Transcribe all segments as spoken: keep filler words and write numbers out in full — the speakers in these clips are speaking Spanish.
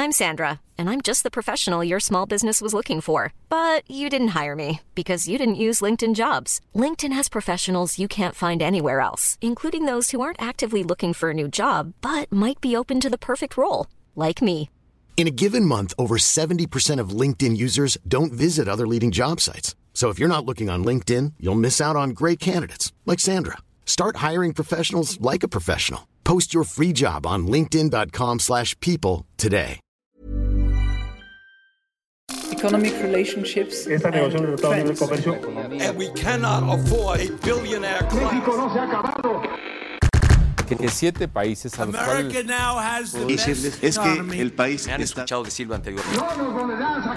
I'm Sandra, and I'm just the professional your small business was looking for. But you didn't hire me because you didn't use LinkedIn Jobs. LinkedIn has professionals you can't find anywhere else, including those who aren't actively looking for a new job, but might be open to the perfect role, like me. In a given month, over seventy percent of LinkedIn users don't visit other leading job sites. So if you're not looking on LinkedIn, you'll miss out on great candidates like Sandra. Start hiring professionals like a professional. Post your free job on linkedin.com slash people today. Economic relationships Esta negociación del Tratado de Libre Comercio. And we cannot afford a billionaire class. México no se ha acabado. Que siete países a los America cuales... now has the Decirles, best es que economy. el país Me han está... escuchado decirlo anteriormente. No nos volverán a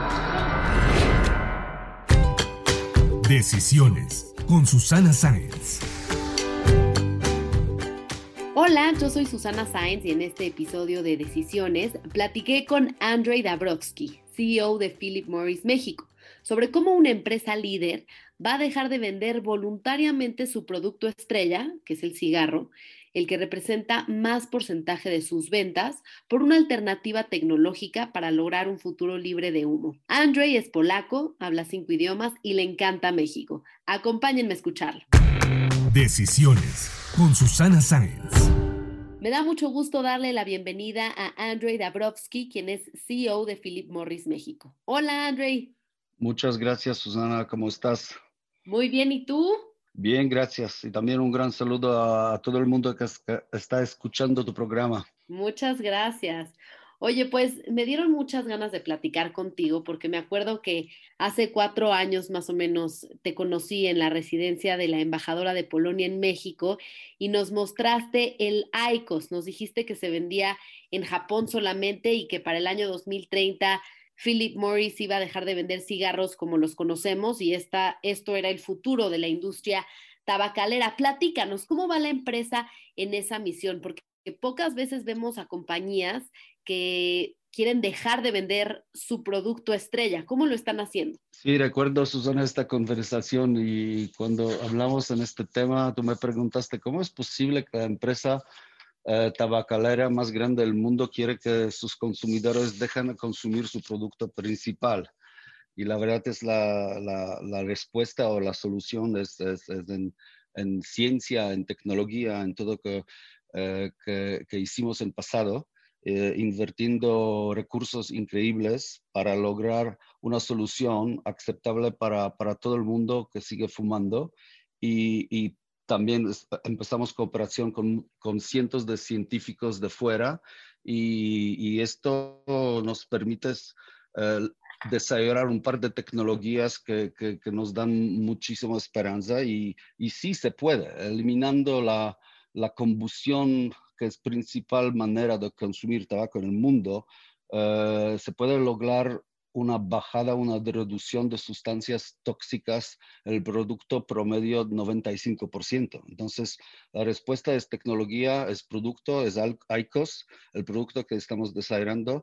sacar. Decisiones con Susana Sáenz. Hola, yo soy Susana Sáenz y en este episodio de Decisiones platiqué con Andrei Dabrowski, C E O de Philip Morris México, sobre cómo una empresa líder va a dejar de vender voluntariamente su producto estrella, que es el cigarro, el que representa más porcentaje de sus ventas, por una alternativa tecnológica para lograr un futuro libre de humo. Andrei es polaco, habla cinco idiomas y le encanta México. Acompáñenme a escucharlo. Decisiones con Susana Sáenz. Me da mucho gusto darle la bienvenida a Andrei Dabrowski, quien es C E O de Philip Morris México. Hola, Andrei. Muchas gracias, Susana. ¿Cómo estás? Muy bien, ¿y tú? Bien, gracias. Y también un gran saludo a, a todo el mundo que, es, que está escuchando tu programa. Muchas gracias. Oye, pues me dieron muchas ganas de platicar contigo porque me acuerdo que hace cuatro años más o menos te conocí en la residencia de la embajadora de Polonia en México y nos mostraste el IQOS. Nos dijiste que se vendía en Japón solamente y que para el año dos mil treinta Philip Morris iba a dejar de vender cigarros como los conocemos y esta, esto era el futuro de la industria tabacalera. Platícanos, ¿cómo va la empresa en esa misión? Porque pocas veces vemos a compañías que quieren dejar de vender su producto estrella. ¿Cómo lo están haciendo? Sí, recuerdo, Susana, esta conversación y cuando hablamos en este tema, tú me preguntaste cómo es posible que la empresa eh, tabacalera más grande del mundo quiere que sus consumidores dejen de consumir su producto principal. Y la verdad es la, la, la respuesta o la solución es, es, es en, en ciencia, en tecnología, en todo que, eh, que, que hicimos en pasado. Eh, invirtiendo recursos increíbles para lograr una solución aceptable para, para todo el mundo que sigue fumando y, y también empezamos cooperación con, con cientos de científicos de fuera y, y esto nos permite eh, desarrollar un par de tecnologías que, que, que nos dan muchísima esperanza y, y sí se puede, eliminando la, la combustión que es principal manera de consumir tabaco en el mundo, uh, se puede lograr una bajada, una reducción de sustancias tóxicas en el producto promedio noventa y cinco por ciento. Entonces, la respuesta es tecnología, es producto, es IQOS, el producto que estamos desarrollando.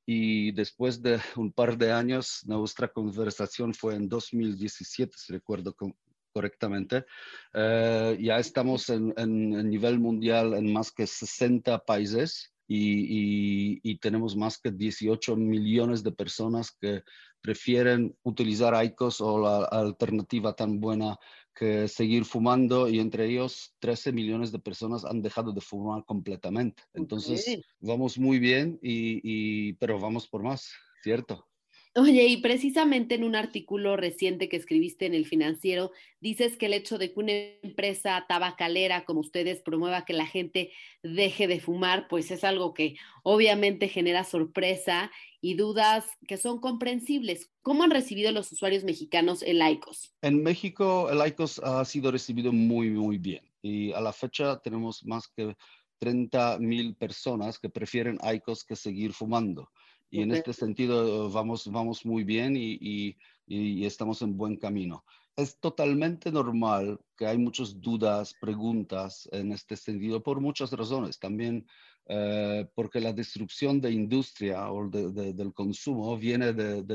Y después de un par de años, nuestra conversación fue en dos mil diecisiete, si recuerdo correctamente. Uh, ya estamos en, en, en nivel mundial en más que sesenta países y, y, y tenemos más que dieciocho millones de personas que prefieren utilizar IQOS o la alternativa tan buena que seguir fumando y entre ellos trece millones de personas han dejado de fumar completamente. Entonces okay. Vamos muy bien, y, y, pero vamos por más, ¿cierto? Oye, y precisamente en un artículo reciente que escribiste en El Financiero, dices que el hecho de que una empresa tabacalera como ustedes promueva que la gente deje de fumar, pues es algo que obviamente genera sorpresa y dudas que son comprensibles. ¿Cómo han recibido los usuarios mexicanos el IQOS? En México el IQOS ha sido recibido muy, muy bien. Y a la fecha tenemos más que treinta mil personas que prefieren IQOS que seguir fumando. Y okay. En este sentido vamos, vamos muy bien y, y, y estamos en buen camino. Es totalmente normal que hay muchas dudas, preguntas en este sentido por muchas razones. También eh, porque la destrucción de industria o de, de, del consumo viene de, de,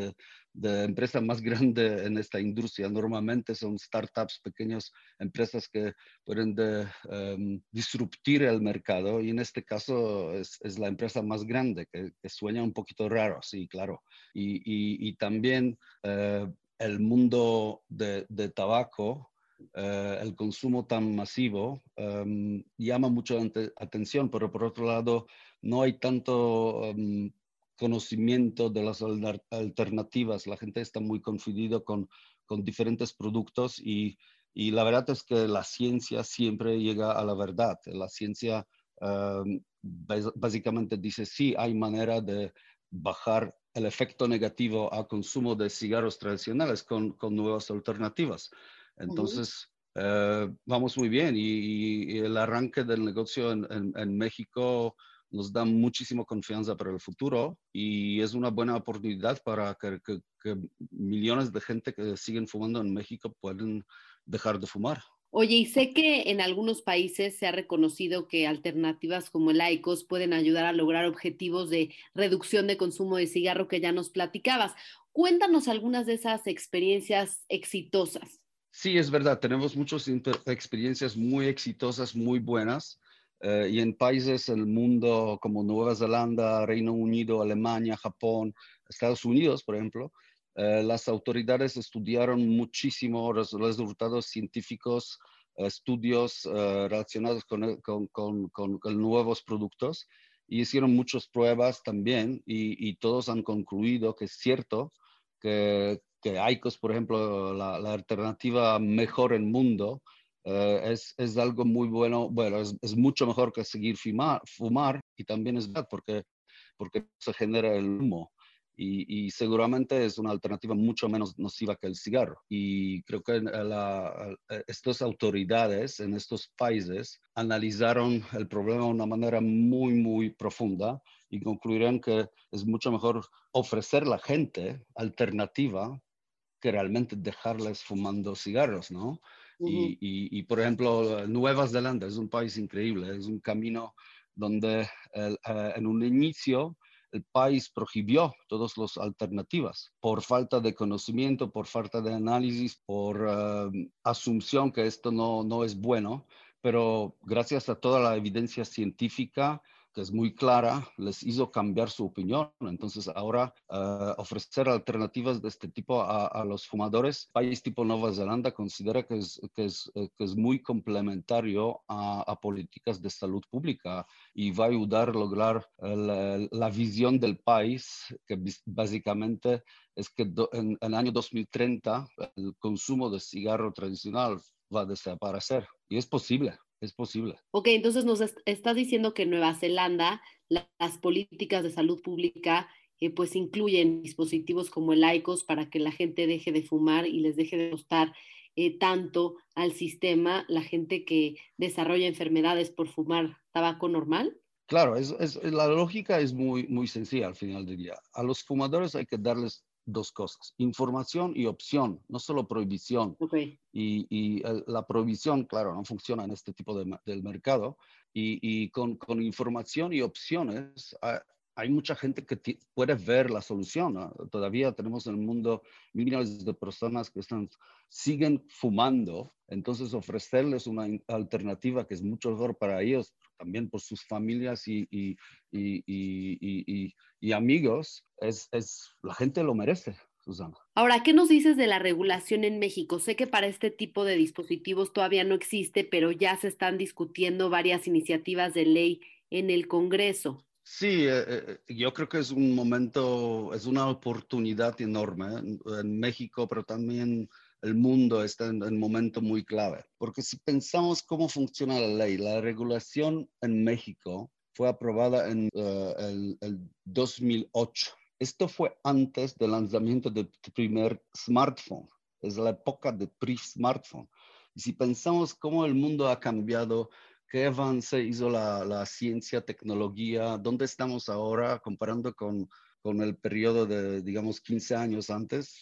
de empresa más grande en esta industria. Normalmente son startups, pequeñas empresas que pueden de, um, disruptir el mercado y en este caso es, es la empresa más grande, que, que suena un poquito raro, sí, claro. Y, y, y también uh, el mundo de, de tabaco, uh, el consumo tan masivo, um, llama mucho atención, pero por otro lado no hay tanto um, conocimiento de las alternativas. La gente está muy confundida con, con diferentes productos y, y la verdad es que la ciencia siempre llega a la verdad. La ciencia um, básicamente dice sí, hay manera de bajar el efecto negativo al consumo de cigarros tradicionales con, con nuevas alternativas. Entonces, uh-huh. uh, vamos muy bien y, y el arranque del negocio en, en, en México nos da muchísima confianza para el futuro y es una buena oportunidad para que, que, que millones de gente que siguen fumando en México puedan dejar de fumar. Oye, y sé que en algunos países se ha reconocido que alternativas como el IQOS pueden ayudar a lograr objetivos de reducción de consumo de cigarro que ya nos platicabas. Cuéntanos algunas de esas experiencias exitosas. Sí, es verdad. Tenemos muchas experiencias muy exitosas, muy buenas. Uh, y en países del mundo como Nueva Zelanda, Reino Unido, Alemania, Japón, Estados Unidos, por ejemplo, uh, las autoridades estudiaron muchísimo los resultados científicos, uh, estudios uh, relacionados con, con, con, con, con nuevos productos y hicieron muchas pruebas también y, y todos han concluido que es cierto que, que IQOS, por ejemplo, la, la alternativa mejor en el mundo, Uh, es, es algo muy bueno, bueno, es, es mucho mejor que seguir fumar, fumar y también es verdad porque, porque se genera el humo y, y seguramente es una alternativa mucho menos nociva que el cigarro. Y creo que la, estas autoridades en estos países analizaron el problema de una manera muy, muy profunda y concluyeron que es mucho mejor ofrecer a la gente alternativa que realmente dejarles fumando cigarros, ¿no? Uh-huh. y, y, y, por ejemplo, Nueva Zelanda es un país increíble, es un camino donde el, uh, en un inicio el país prohibió todas las alternativas por falta de conocimiento, por falta de análisis, por uh, asunción que esto no, no es bueno, pero gracias a toda la evidencia científica que es muy clara, les hizo cambiar su opinión. Entonces ahora uh, ofrecer alternativas de este tipo a, a los fumadores, país tipo Nueva Zelanda considera que es, que es, que es muy complementario a, a políticas de salud pública y va a ayudar a lograr el, la visión del país, que básicamente es que do, en, en el año dos mil treinta el consumo de cigarro tradicional va a desaparecer y es posible. Es posible. Ok, entonces nos est- estás diciendo que en Nueva Zelanda la- las políticas de salud pública eh, pues incluyen dispositivos como el IQOS para que la gente deje de fumar y les deje de costar eh, tanto al sistema la gente que desarrolla enfermedades por fumar tabaco normal. Claro, es, es, la lógica es muy, muy sencilla al final del día. A los fumadores hay que darles dos cosas, información y opción, no solo prohibición. Okay. Y, y la prohibición, claro, no funciona en este tipo de, del mercado. Y, y con, con información y opciones, hay, hay mucha gente que puede ver la solución, ¿no? Todavía tenemos en el mundo millones de personas que están, siguen fumando, entonces ofrecerles una alternativa que es mucho mejor para ellos, también por sus familias y, y, y, y, y, y amigos, es, es, la gente lo merece, Susana. Ahora, ¿qué nos dices de la regulación en México? Sé que para este tipo de dispositivos todavía no existe, pero ya se están discutiendo varias iniciativas de ley en el Congreso. Sí, eh, yo creo que es un momento, es una oportunidad enorme en, en México, pero también el mundo está en un momento muy clave. Porque si pensamos cómo funciona la ley, la regulación en México fue aprobada en uh, el, el dos mil ocho. Esto fue antes del lanzamiento del primer smartphone. Es la época del pre-smartphone. Y si pensamos cómo el mundo ha cambiado, qué avance hizo la, la ciencia, tecnología, dónde estamos ahora comparando con, con el periodo de, digamos, quince años antes,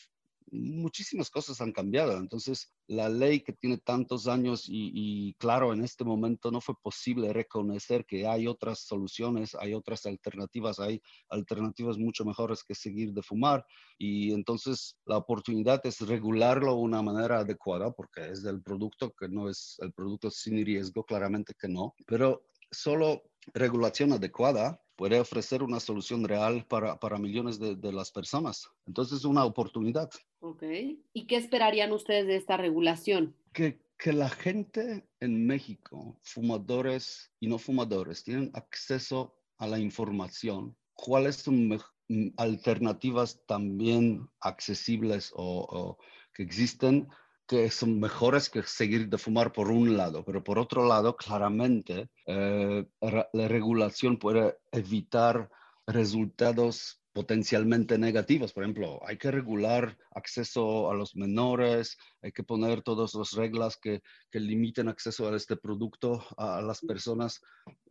muchísimas cosas han cambiado. Entonces, la ley que tiene tantos años y, y claro, en este momento no fue posible reconocer que hay otras soluciones, hay otras alternativas, hay alternativas mucho mejores que seguir de fumar. Y entonces la oportunidad es regularlo de una manera adecuada, porque es del producto, que no es el producto sin riesgo, claramente que no. Pero solo regulación adecuada puede ofrecer una solución real para, para millones de, de las personas. Entonces es una oportunidad. Ok. ¿Y qué esperarían ustedes de esta regulación? Que, que la gente en México, fumadores y no fumadores, tienen acceso a la información. ¿Cuáles son alternativas también accesibles o, o que existen, que son mejores que seguir de fumar por un lado? Pero por otro lado, claramente, eh, la regulación puede evitar resultados potencialmente negativos. Por ejemplo, hay que regular acceso a los menores, hay que poner todas las reglas que, que limiten acceso a este producto a, a las personas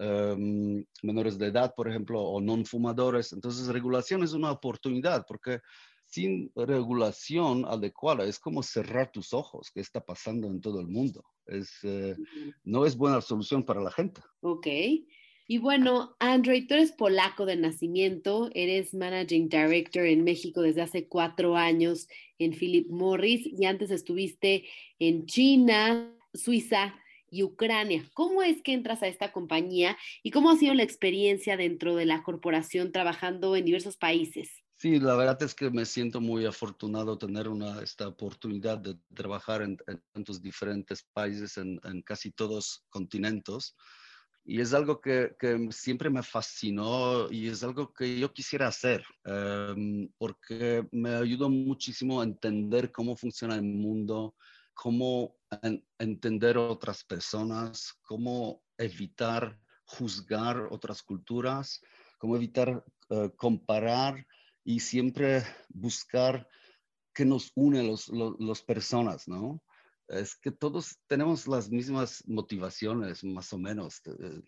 um, menores de edad, por ejemplo, o no fumadores. Entonces, regulación es una oportunidad, porque sin regulación adecuada es como cerrar tus ojos, que está pasando en todo el mundo. Es, eh, no es buena solución para la gente. Ok. Y bueno, Andrei, tú eres polaco de nacimiento, eres Managing Director en México desde hace cuatro años en Philip Morris y antes estuviste en China, Suiza y Ucrania. ¿Cómo es que entras a esta compañía y cómo ha sido la experiencia dentro de la corporación trabajando en diversos países? Sí, la verdad es que me siento muy afortunado tener una, esta oportunidad de trabajar en, en tantos diferentes países, en, en casi todos continentes. Y es algo que, que siempre me fascinó y es algo que yo quisiera hacer, um, porque me ayudó muchísimo a entender cómo funciona el mundo, cómo en, entender otras personas, cómo evitar juzgar otras culturas, cómo evitar uh, comparar y siempre buscar qué nos une los, los, los personas, ¿no? Es que todos tenemos las mismas motivaciones, más o menos.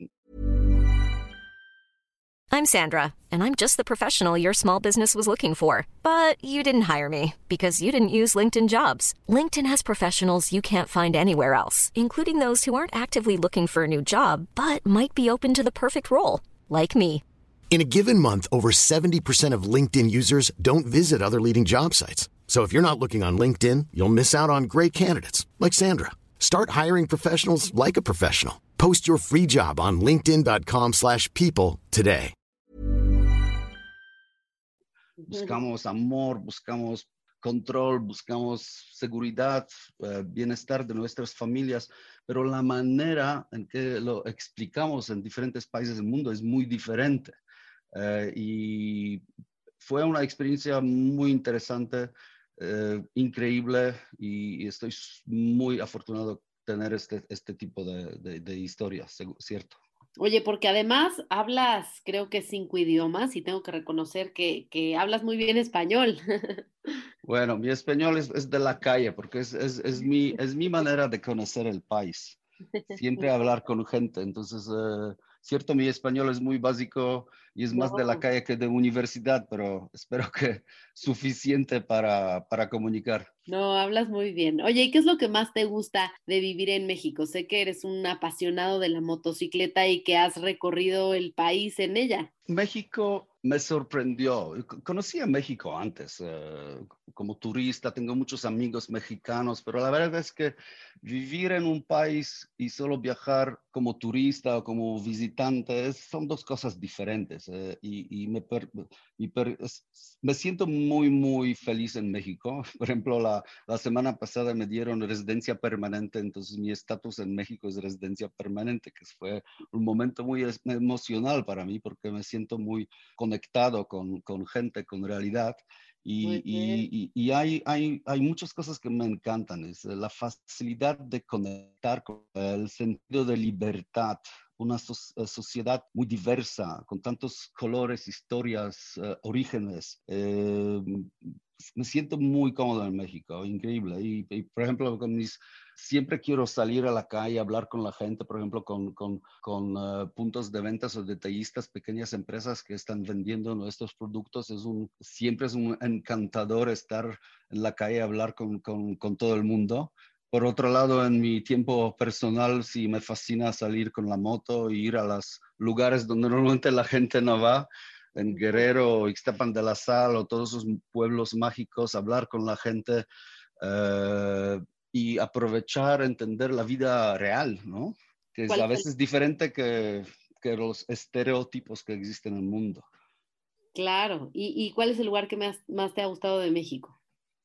I'm Sandra, and I'm just the professional your small business was looking for. But you didn't hire me because you didn't use LinkedIn Jobs. LinkedIn has professionals you can't find anywhere else, including those who aren't actively looking for a new job, but might be open to the perfect role, like me. In a given month, over seventy percent of LinkedIn users don't visit other leading job sites. So if you're not looking on LinkedIn, you'll miss out on great candidates like Sandra. Start hiring professionals like a professional. Post your free job on linkedin dot com slash people today. Buscamos amor, buscamos control, buscamos seguridad, uh, bienestar de nuestras familias, pero la manera en que lo explicamos en diferentes países del mundo es muy diferente. Uh, y fue una experiencia muy interesante, uh, increíble, y, y estoy muy afortunado de tener este, este tipo de, de, de historias, ¿cierto? Oye, porque además hablas, creo que cinco idiomas y tengo que reconocer que, que hablas muy bien español. Bueno, mi español es, es de la calle, porque es, es, es, mi, es mi manera de conocer el país. Siempre hablar con gente, entonces... Uh, Cierto, mi español es muy básico y es más no. de la calle que de universidad, pero espero que suficiente para, para comunicar. No, hablas muy bien. Oye, ¿y qué es lo que más te gusta de vivir en México? Sé que eres un apasionado de la motocicleta y que has recorrido el país en ella. México me sorprendió. Conocí a México antes, eh, como turista, tengo muchos amigos mexicanos, pero la verdad es que vivir en un país y solo viajar como turista o como visitante son dos cosas diferentes. Eh, y y me, per, y per, es, me siento muy, muy feliz en México. Por ejemplo, la, la semana pasada me dieron residencia permanente, entonces mi estatus en México es residencia permanente, que fue un momento muy emocional para mí porque me siento muy conectado con, con gente, con realidad. Y, y, y, y hay, hay, hay muchas cosas que me encantan. Es la facilidad de conectar con el sentido de libertad una so sociedad muy diversa, con tantos colores, historias, uh, orígenes. Eh, me siento muy cómodo en México, increíble. Y, y, por ejemplo, con mis, siempre quiero salir a la calle, hablar con la gente, por ejemplo, con, con, con uh, puntos de ventas o detallistas, pequeñas empresas que están vendiendo nuestros productos. Es un, siempre es un encantador estar en la calle, hablar con, con, con todo el mundo. Por otro lado, en mi tiempo personal, sí me fascina salir con la moto e ir a los lugares donde normalmente la gente no va, en Guerrero, Ixtapan de la Sal o todos esos pueblos mágicos, hablar con la gente uh, y aprovechar, entender la vida real, ¿no? Que es a veces diferente que, que los estereotipos que existen en el mundo. Claro. ¿Y, y cuál es el lugar que más, más te ha gustado de México?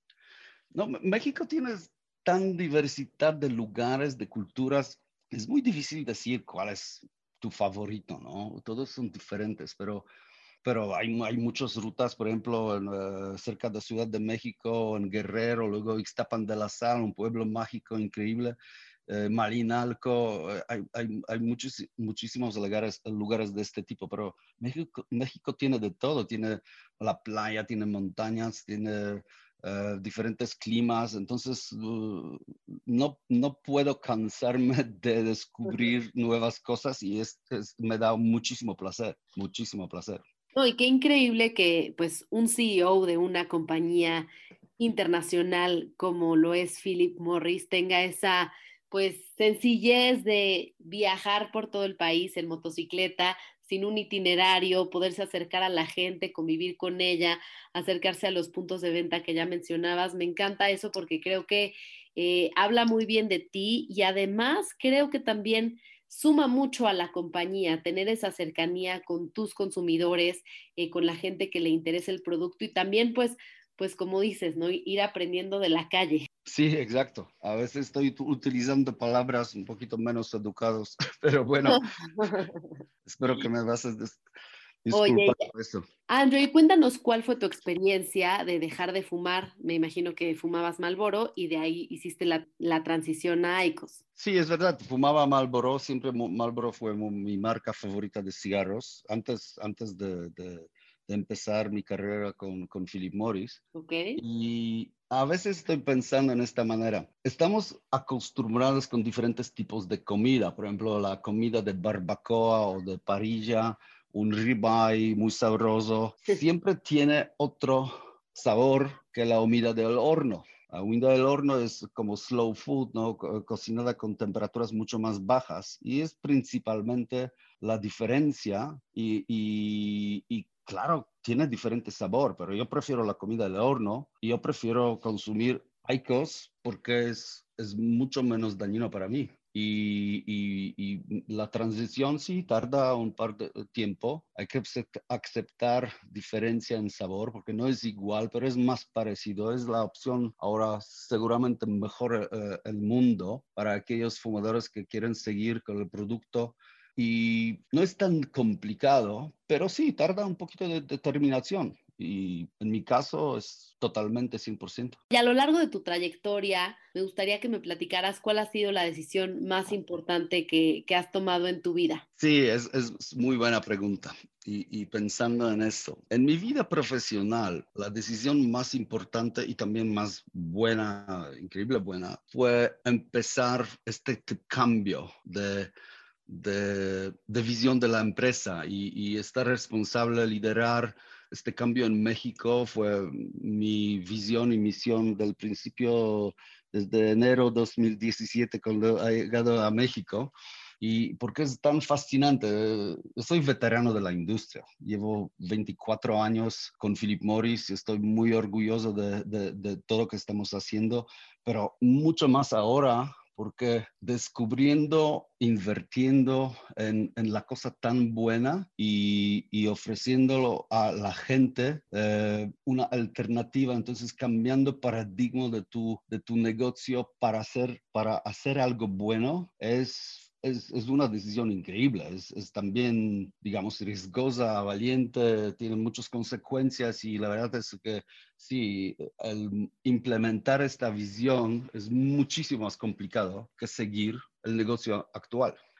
No, México tiene tan diversidad de lugares, de culturas, es muy difícil decir cuál es tu favorito, ¿no? Todos son diferentes, pero, pero hay, hay muchas rutas, por ejemplo, en, uh, cerca de Ciudad de México, en Guerrero, luego Ixtapan de la Sal, un pueblo mágico increíble, eh, Malinalco, eh, hay, hay, hay muchos, muchísimos lugares, lugares de este tipo, pero México, México tiene de todo, tiene la playa, tiene montañas, tiene... Uh, diferentes climas, entonces uh, no, no puedo cansarme de descubrir nuevas cosas y es, es, me da muchísimo placer, muchísimo placer. No, y qué increíble que pues un C E O de una compañía internacional como lo es Philip Morris tenga esa pues sencillez de viajar por todo el país en motocicleta, sin un itinerario, poderse acercar a la gente, convivir con ella, acercarse a los puntos de venta que ya mencionabas. Me encanta eso porque creo que eh, habla muy bien de ti y además creo que también suma mucho a la compañía tener esa cercanía con tus consumidores, eh, con la gente que le interesa el producto y también pues, pues como dices, ¿no? Ir aprendiendo de la calle. Sí, exacto. A veces estoy utilizando palabras un poquito menos educadas, pero bueno, espero que me vas a disculpar Oye, por eso. Andrew, y cuéntanos cuál fue tu experiencia de dejar de fumar. Me imagino que fumabas Marlboro y de ahí hiciste la, la transición a IQOS. Sí, es verdad, fumaba Marlboro, siempre Marlboro fue mi marca favorita de cigarros, antes, antes de, de, de empezar mi carrera con, con Philip Morris. Okay. Y a veces estoy pensando en esta manera. Estamos acostumbrados con diferentes tipos de comida, por ejemplo, la comida de barbacoa o de parrilla, un ribeye muy sabroso, siempre tiene otro sabor que la comida del horno. La comida del horno es como slow food, ¿no? Co cocinada con temperaturas mucho más bajas y es principalmente la diferencia y, y, y claro, tiene diferente sabor, pero yo prefiero la comida del horno y yo prefiero consumir IQOS porque es, es mucho menos dañino para mí. Y, y, y la transición sí tarda un par de tiempo. Hay que aceptar diferencia en sabor porque no es igual, pero es más parecido. Es la opción ahora seguramente mejor eh, el mundo para aquellos fumadores que quieren seguir con el producto. Y no es tan complicado, pero sí tarda un poquito de determinación. Y en mi caso es totalmente cien por ciento. Y a lo largo de tu trayectoria, me gustaría que me platicaras cuál ha sido la decisión más importante que, que has tomado en tu vida. Sí, es, es muy buena pregunta. Y, y pensando en eso, en mi vida profesional, la decisión más importante y también más buena, increíble buena, fue empezar este cambio de... De, de visión de la empresa y, y estar responsable de liderar este cambio en México fue mi visión y misión del principio, desde enero de dos mil diecisiete cuando he llegado a México. ¿Y por qué es tan fascinante? Yo soy veterano de la industria. Llevo veinticuatro años con Philip Morris y estoy muy orgulloso de, de, de todo lo que estamos haciendo, pero mucho más ahora porque descubriendo, invirtiendo en, en la cosa tan buena y, y ofreciéndolo a la gente eh, una alternativa, entonces cambiando paradigma de tu, de tu negocio para hacer, para hacer algo bueno, es... Es, es una decisión increíble, es, es también, digamos, riesgosa, valiente, tiene muchas consecuencias y la verdad es que sí, el implementar esta visión es muchísimo más complicado que seguir el negocio actual.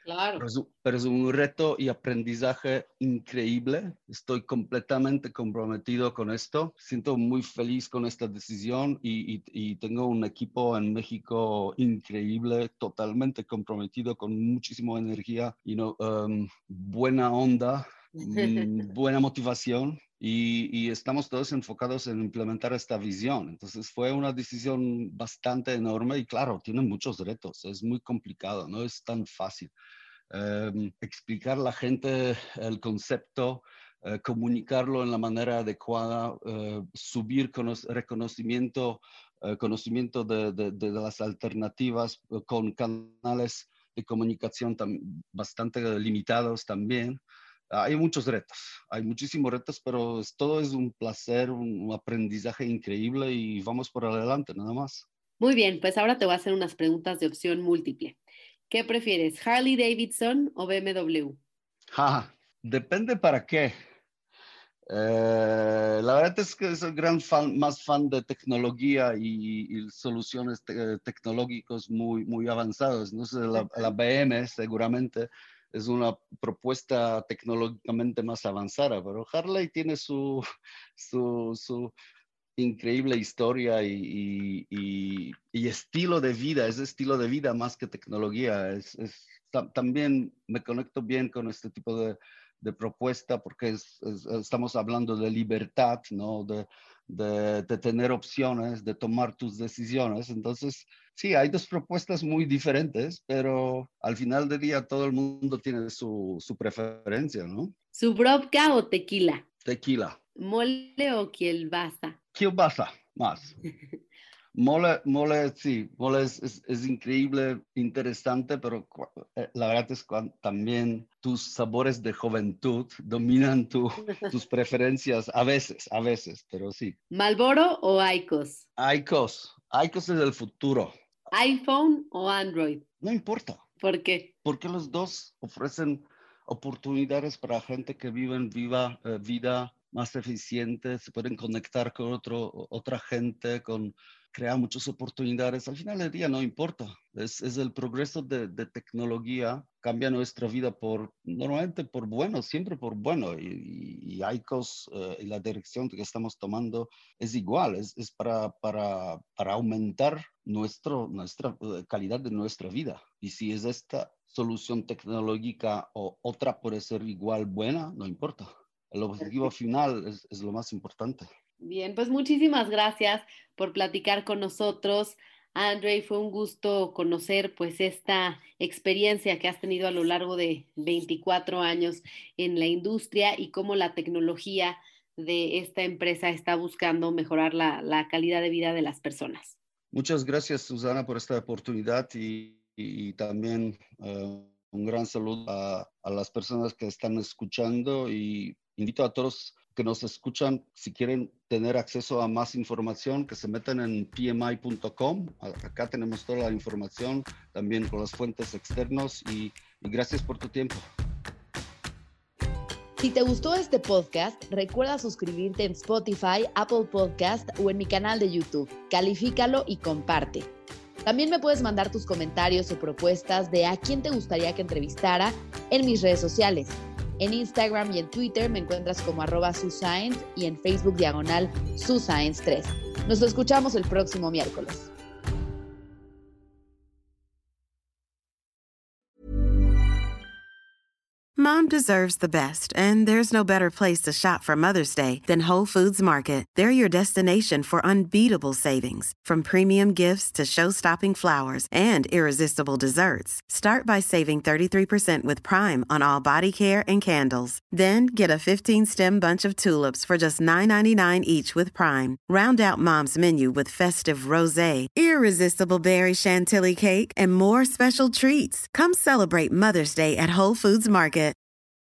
Claro. Pero es, pero es un reto y aprendizaje increíble. Estoy completamente comprometido con esto. Siento muy feliz con esta decisión y, y, y tengo un equipo en México increíble, totalmente comprometido, con muchísima energía, you know, um, buena onda, buena motivación. Y, y estamos todos enfocados en implementar esta visión. Entonces fue una decisión bastante enorme y claro, tiene muchos retos. Es muy complicado, no es tan fácil. Um, explicar a la gente el concepto, uh, comunicarlo en la manera adecuada, uh, subir cono- reconocimiento, uh, conocimiento de, de, de las alternativas uh, con canales de comunicación tam- bastante limitados también. Hay muchos retos, hay muchísimos retos, pero es, todo es un placer, un, un aprendizaje increíble y vamos por adelante, nada más. Muy bien, pues ahora te voy a hacer unas preguntas de opción múltiple. ¿Qué prefieres, Harley Davidson o B M W? Ja, depende para qué. Eh, la verdad es que soy gran fan, más fan de tecnología y, y soluciones te- tecnológicas muy, muy avanzadas. No sé, la, la B M seguramente es una propuesta tecnológicamente más avanzada, pero Harley tiene su, su, su increíble historia y, y, y, y estilo de vida. Es estilo de vida más que tecnología. Es, es, ta- también me conecto bien con este tipo de de propuesta porque es, es, estamos hablando de libertad, ¿no? De, de, de tener opciones, de tomar tus decisiones. Entonces, sí, hay dos propuestas muy diferentes, pero al final del día todo el mundo tiene su, su preferencia, ¿no? ¿Subrovka o tequila? Tequila. ¿Mole o kielbasa? Kielbasa, más. Mole, mole, sí, mole es, es, es increíble, interesante, pero eh, la verdad es que también tus sabores de juventud dominan tu, tus preferencias a veces, a veces, pero sí. ¿Marlboro o IQOS? IQOS, IQOS es el futuro. ¿iPhone o Android? No importa. ¿Por qué? Porque los dos ofrecen oportunidades para gente que vive en viva eh, vida más eficiente, se pueden conectar con otro, otra gente, con crear muchas oportunidades. Al final del día no importa. Es, es el progreso de, de tecnología, cambia nuestra vida por, normalmente por bueno, siempre por bueno. Y, y, y IQOS eh, y la dirección que estamos tomando es igual, es, es para, para, para aumentar nuestro, nuestra uh, calidad de nuestra vida. Y si es esta solución tecnológica o otra puede ser igual buena, no importa. El objetivo final es, es lo más importante. Bien, pues muchísimas gracias por platicar con nosotros. Andrei, fue un gusto conocer pues esta experiencia que has tenido a lo largo de veinticuatro años en la industria y cómo la tecnología de esta empresa está buscando mejorar la, la calidad de vida de las personas. Muchas gracias, Susana, por esta oportunidad y, y, y también uh, un gran saludo a, a las personas que están escuchando y invito a todos que nos escuchan, si quieren tener acceso a más información, que se metan en p m i punto com. Acá tenemos toda la información, también con las fuentes externas y, y gracias por tu tiempo. Si te gustó este podcast, recuerda suscribirte en Spotify, Apple Podcast o en mi canal de YouTube. Califícalo y comparte. También me puedes mandar tus comentarios o propuestas de a quién te gustaría que entrevistara en mis redes sociales. En Instagram y en Twitter me encuentras como arroba suscience y en Facebook diagonal suscience tres. Nos escuchamos el próximo miércoles. Mom deserves the best, and there's no better place to shop for Mother's Day than Whole Foods Market. They're your destination for unbeatable savings, from premium gifts to show-stopping flowers and irresistible desserts. Start by saving thirty-three percent with Prime on all body care and candles. Then get a fifteen-stem bunch of tulips for just nine ninety-nine each with Prime. Round out Mom's menu with festive rosé, irresistible berry chantilly cake, and more special treats. Come celebrate Mother's Day at Whole Foods Market.